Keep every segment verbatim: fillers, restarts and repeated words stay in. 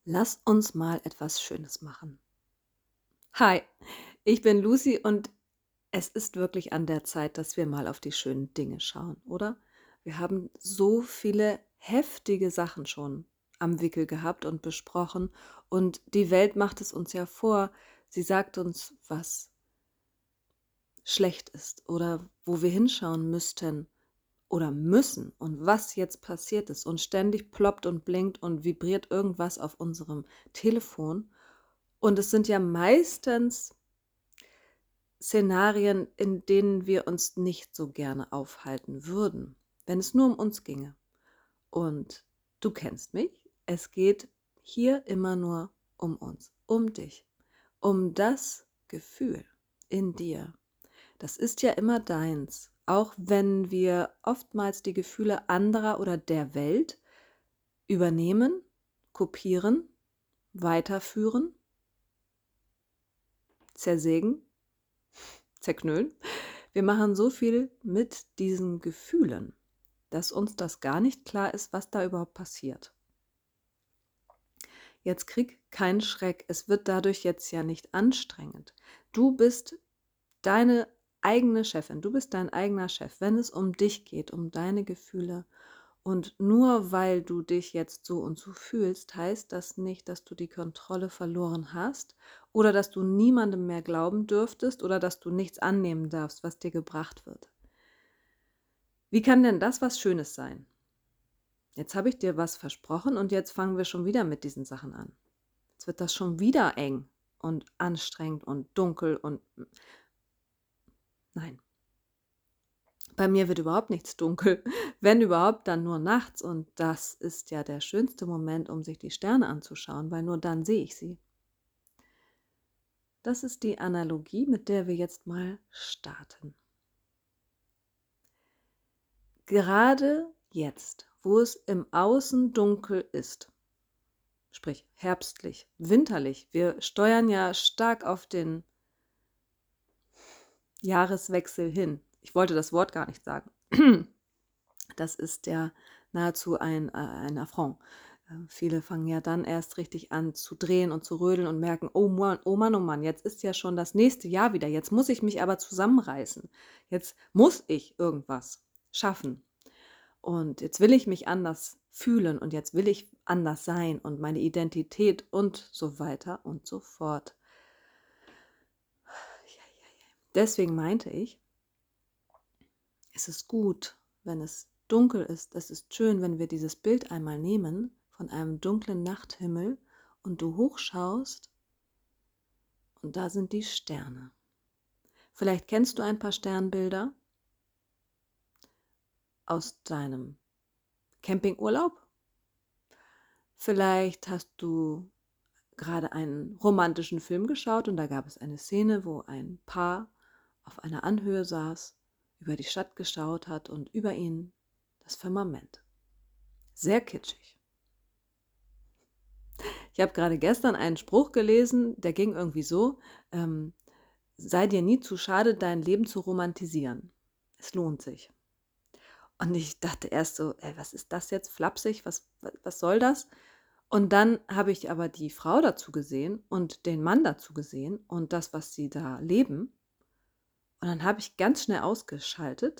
Lass uns mal etwas Schönes machen. Hi, ich bin Lucy und es ist wirklich an der Zeit, dass wir mal auf die schönen Dinge schauen, oder? Wir haben so viele heftige Sachen schon am Wickel gehabt und besprochen und die Welt macht es uns ja vor. Sie sagt uns, was schlecht ist oder wo wir hinschauen müssten oder müssen und was jetzt passiert ist und ständig ploppt und blinkt und vibriert irgendwas auf unserem Telefon. Und es sind ja meistens Szenarien, in denen wir uns nicht so gerne aufhalten würden, wenn es nur um uns ginge. Und du kennst mich, es geht hier immer nur um uns, um dich, um das Gefühl in dir. Das ist ja immer deins, auch wenn wir oftmals die Gefühle anderer oder der Welt übernehmen, kopieren, weiterführen, zersägen, zerknüllen. Wir machen so viel mit diesen Gefühlen, dass uns das gar nicht klar ist, was da überhaupt passiert. Jetzt krieg keinen Schreck, es wird dadurch jetzt ja nicht anstrengend. Du bist deine eigene Chefin, du bist dein eigener Chef, wenn es um dich geht, um deine Gefühle. Und nur weil du dich jetzt so und so fühlst, heißt das nicht, dass du die Kontrolle verloren hast oder dass du niemandem mehr glauben dürftest oder dass du nichts annehmen darfst, was dir gebracht wird. Wie kann denn das was Schönes sein? Jetzt habe ich dir was versprochen und jetzt fangen wir schon wieder mit diesen Sachen an. Jetzt wird das schon wieder eng und anstrengend und dunkel und nein. Bei mir wird überhaupt nichts dunkel, wenn überhaupt, dann nur nachts und das ist ja der schönste Moment, um sich die Sterne anzuschauen, weil nur dann sehe ich sie. Das ist die Analogie, mit der wir jetzt mal starten. Gerade jetzt, wo es im Außen dunkel ist, sprich herbstlich, winterlich, wir steuern ja stark auf den Jahreswechsel hin. Ich wollte das Wort gar nicht sagen. Das ist ja nahezu ein, äh, ein Affront. Äh, viele fangen ja dann erst richtig an zu drehen und zu rödeln und merken, oh Mann, oh Mann, oh Mann, jetzt ist ja schon das nächste Jahr wieder. Jetzt muss ich mich aber zusammenreißen. Jetzt muss ich irgendwas schaffen. Und jetzt will ich mich anders fühlen und jetzt will ich anders sein und meine Identität und so weiter und so fort. Deswegen meinte ich, es ist gut, wenn es dunkel ist. Es ist schön, wenn wir dieses Bild einmal nehmen von einem dunklen Nachthimmel und du hochschaust und da sind die Sterne. Vielleicht kennst du ein paar Sternbilder aus deinem Campingurlaub. Vielleicht hast du gerade einen romantischen Film geschaut und da gab es eine Szene, wo ein Paar auf einer Anhöhe saß, über die Stadt geschaut hat und über ihnen das Firmament. Sehr kitschig. Ich habe gerade gestern einen Spruch gelesen, der ging irgendwie so, ähm, sei dir nie zu schade, dein Leben zu romantisieren. Es lohnt sich. Und ich dachte erst so, ey, was ist das jetzt, flapsig, was, was, was soll das? Und dann habe ich aber die Frau dazu gesehen und den Mann dazu gesehen und das, was sie da leben. Und dann habe ich ganz schnell ausgeschaltet.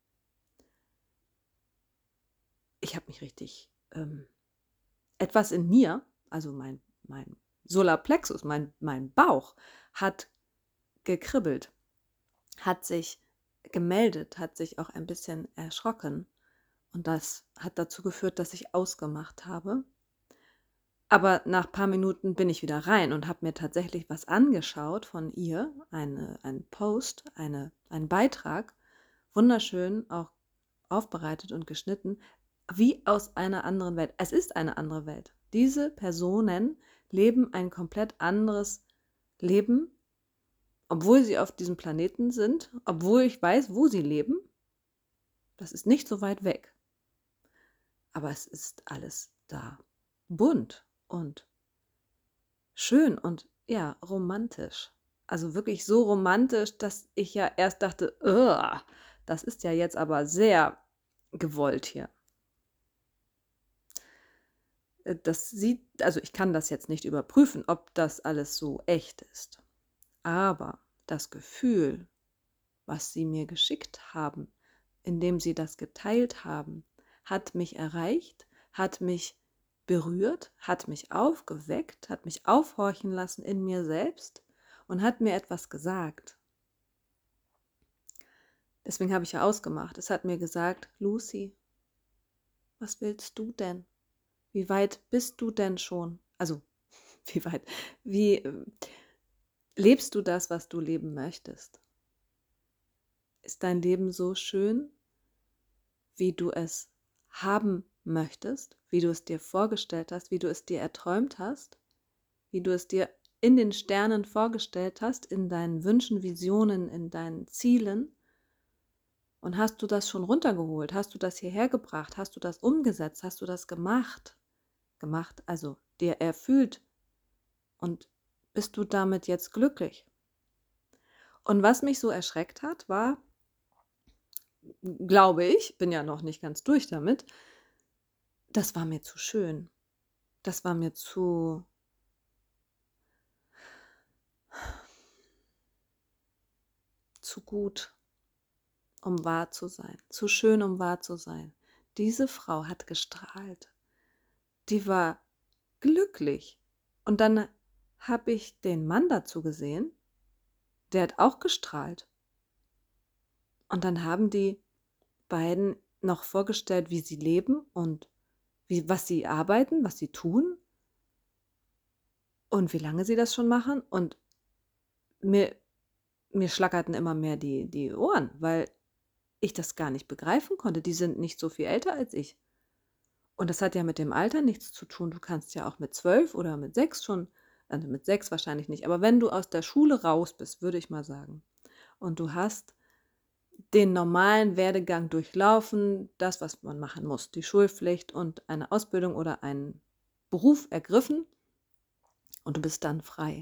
Ich habe mich richtig, ähm, etwas in mir, also mein, mein Solarplexus, mein, mein Bauch, hat gekribbelt, hat sich gemeldet, hat sich auch ein bisschen erschrocken. Und das hat dazu geführt, dass ich ausgemacht habe. Aber nach ein paar Minuten bin ich wieder rein und habe mir tatsächlich was angeschaut von ihr, eine, ein Post, eine, einen Beitrag, wunderschön auch aufbereitet und geschnitten, wie aus einer anderen Welt. Es ist eine andere Welt. Diese Personen leben ein komplett anderes Leben, obwohl sie auf diesem Planeten sind, obwohl ich weiß, wo sie leben. Das ist nicht so weit weg. Aber es ist alles da. Bunt und schön und ja, romantisch. Also wirklich so romantisch, dass ich ja erst dachte, "Ugh, das ist ja jetzt aber sehr gewollt hier." Äh, das sieht also, ich kann das jetzt nicht überprüfen, ob das alles so echt ist. Aber das Gefühl, was sie mir geschickt haben, indem sie das geteilt haben, hat mich erreicht, hat mich berührt, hat mich aufgeweckt, hat mich aufhorchen lassen in mir selbst und hat mir etwas gesagt. Deswegen habe ich ja ausgemacht. Es hat mir gesagt: „Lucy, was willst du denn? Wie weit bist du denn schon?“ Also, wie weit? Wie, ähm, lebst du das, was du leben möchtest? Ist dein Leben so schön, wie du es haben möchtest, wie du es dir vorgestellt hast, wie du es dir erträumt hast, wie du es dir in den Sternen vorgestellt hast, in deinen Wünschen, Visionen, in deinen Zielen? Und hast du das schon runtergeholt? Hast du das hierher gebracht? Hast du das umgesetzt? Hast du das gemacht? Gemacht, also dir erfüllt. Und bist du damit jetzt glücklich? Und was mich so erschreckt hat, war, glaube ich, bin ja noch nicht ganz durch damit, das war mir zu schön. Das war mir zu zu gut, um wahr zu sein, zu schön, um wahr zu sein. Diese Frau hat gestrahlt. Die war glücklich. Und dann habe ich den Mann dazu gesehen, der hat auch gestrahlt. Und dann haben die beiden noch vorgestellt, wie sie leben und wie was sie arbeiten, was sie tun und wie lange sie das schon machen. Und mir mir schlackerten immer mehr die die Ohren, weil ich das gar nicht begreifen konnte. Die sind nicht so viel älter als ich. Und das hat ja mit dem Alter nichts zu tun. Du kannst ja auch mit zwölf oder mit sechs schon, also mit sechs wahrscheinlich nicht, aber wenn du aus der Schule raus bist, würde ich mal sagen, und du hast den normalen Werdegang durchlaufen, das, was man machen muss, die Schulpflicht und eine Ausbildung oder einen Beruf ergriffen und du bist dann frei.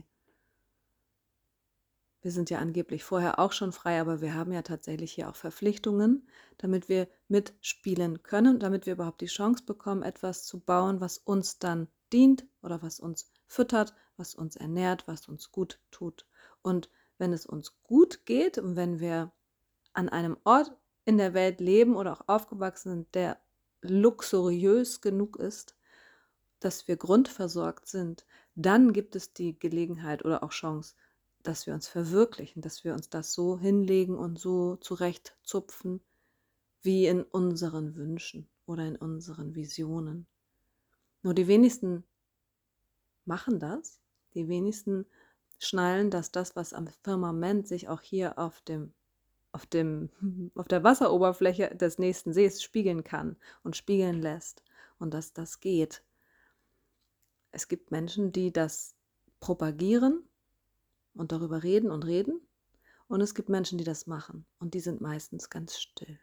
Wir sind ja angeblich vorher auch schon frei, aber wir haben ja tatsächlich hier auch Verpflichtungen, damit wir mitspielen können, damit wir überhaupt die Chance bekommen, etwas zu bauen, was uns dann dient oder was uns füttert, was uns ernährt, was uns gut tut. Und wenn es uns gut geht und wenn wir an einem Ort in der Welt leben oder auch aufgewachsen sind, der luxuriös genug ist, dass wir grundversorgt sind, dann gibt es die Gelegenheit oder auch Chance, dass wir uns verwirklichen, dass wir uns das so hinlegen und so zurechtzupfen, wie in unseren Wünschen oder in unseren Visionen. Nur die wenigsten machen das. Die wenigsten schnallen, dass das, was am Firmament sich auch hier auf dem auf dem auf der Wasseroberfläche des nächsten Sees spiegeln kann und spiegeln lässt und dass das geht. Es gibt Menschen, die das propagieren und darüber reden und reden, und es gibt Menschen, die das machen, und die sind meistens ganz still.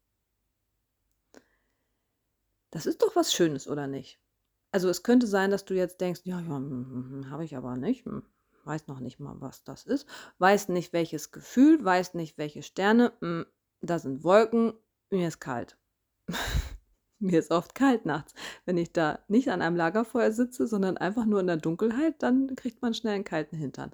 Das ist doch was Schönes, oder nicht? Also, es könnte sein, dass du jetzt denkst: „Ja, ja, hm, hm, habe ich aber nicht, hm, weiß noch nicht mal, was das ist, weiß nicht, welches Gefühl, weiß nicht, welche Sterne, hm, da sind Wolken, mir ist kalt.“ Mir ist oft kalt nachts. Wenn ich da nicht an einem Lagerfeuer sitze, sondern einfach nur in der Dunkelheit, dann kriegt man schnell 'n kalten Hintern.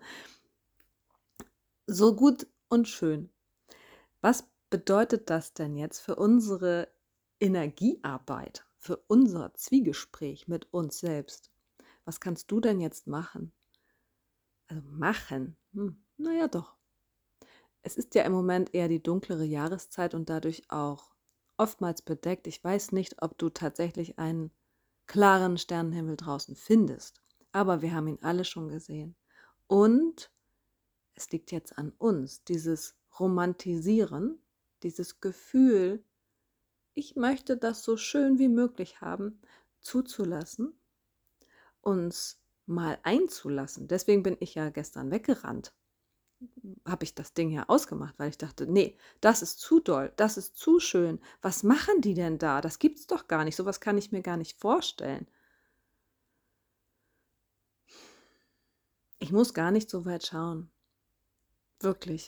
So gut und schön. Was bedeutet das denn jetzt für unsere Energiearbeit, für unser Zwiegespräch mit uns selbst? Was kannst du denn jetzt machen? Also machen, hm, na ja, doch. Es ist ja im Moment eher die dunklere Jahreszeit und dadurch auch oftmals bedeckt. Ich weiß nicht, ob du tatsächlich einen klaren Sternenhimmel draußen findest, aber wir haben ihn alle schon gesehen. Und es liegt jetzt an uns, dieses Romantisieren, dieses Gefühl, ich möchte das so schön wie möglich haben, zuzulassen, uns mal einzulassen. Deswegen bin ich ja gestern weggerannt, habe ich das Ding ja ausgemacht, weil ich dachte: „Nee, das ist zu doll, das ist zu schön. Was machen die denn da? Das gibt's doch gar nicht. So was kann ich mir gar nicht vorstellen.“ Ich muss gar nicht so weit schauen, wirklich.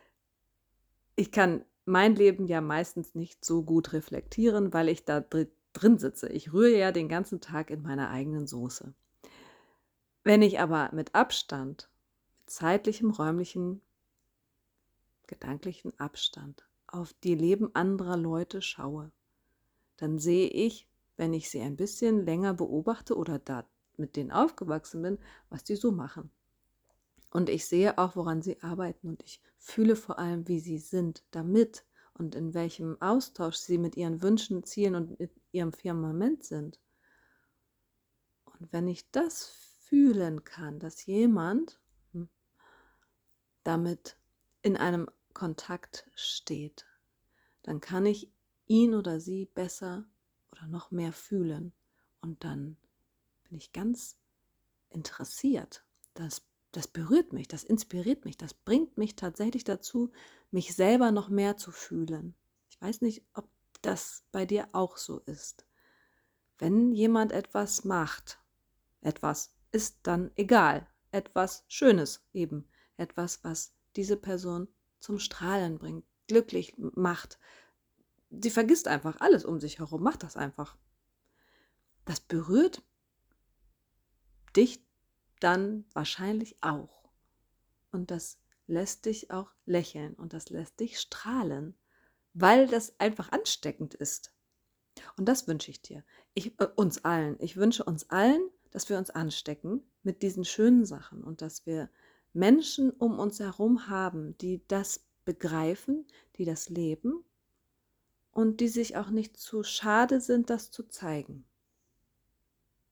Ich kann mein Leben ja meistens nicht so gut reflektieren, weil ich da dri drin sitze. Ich rühre ja den ganzen Tag in meiner eigenen Soße. Wenn ich aber mit Abstand, mit zeitlichem, räumlichen, gedanklichen Abstand auf die Leben anderer Leute schaue, dann sehe ich, wenn ich sie ein bisschen länger beobachte oder da mit denen aufgewachsen bin, was die so machen. Und ich sehe auch, woran sie arbeiten und ich fühle vor allem, wie sie sind damit und in welchem Austausch sie mit ihren Wünschen, Zielen und mit ihrem Firmament sind. Und wenn ich das fühlen kann, dass jemand hm, damit in einem Kontakt steht, dann kann ich ihn oder sie besser oder noch mehr fühlen. Und dann bin ich ganz interessiert. Das, das berührt mich, das inspiriert mich, das bringt mich tatsächlich dazu, mich selber noch mehr zu fühlen. Ich weiß nicht, ob das bei dir auch so ist. Wenn jemand etwas macht, etwas ist dann egal, etwas Schönes eben, etwas, was diese Person zum Strahlen bringt, glücklich macht. Sie vergisst einfach alles um sich herum, macht das einfach. Das berührt dich dann wahrscheinlich auch. Und das lässt dich auch lächeln und das lässt dich strahlen, weil das einfach ansteckend ist. Und das wünsche ich dir. Ich, äh, uns allen. Ich wünsche uns allen, dass wir uns anstecken mit diesen schönen Sachen und dass wir Menschen um uns herum haben, die das begreifen, die das leben und die sich auch nicht zu schade sind, das zu zeigen.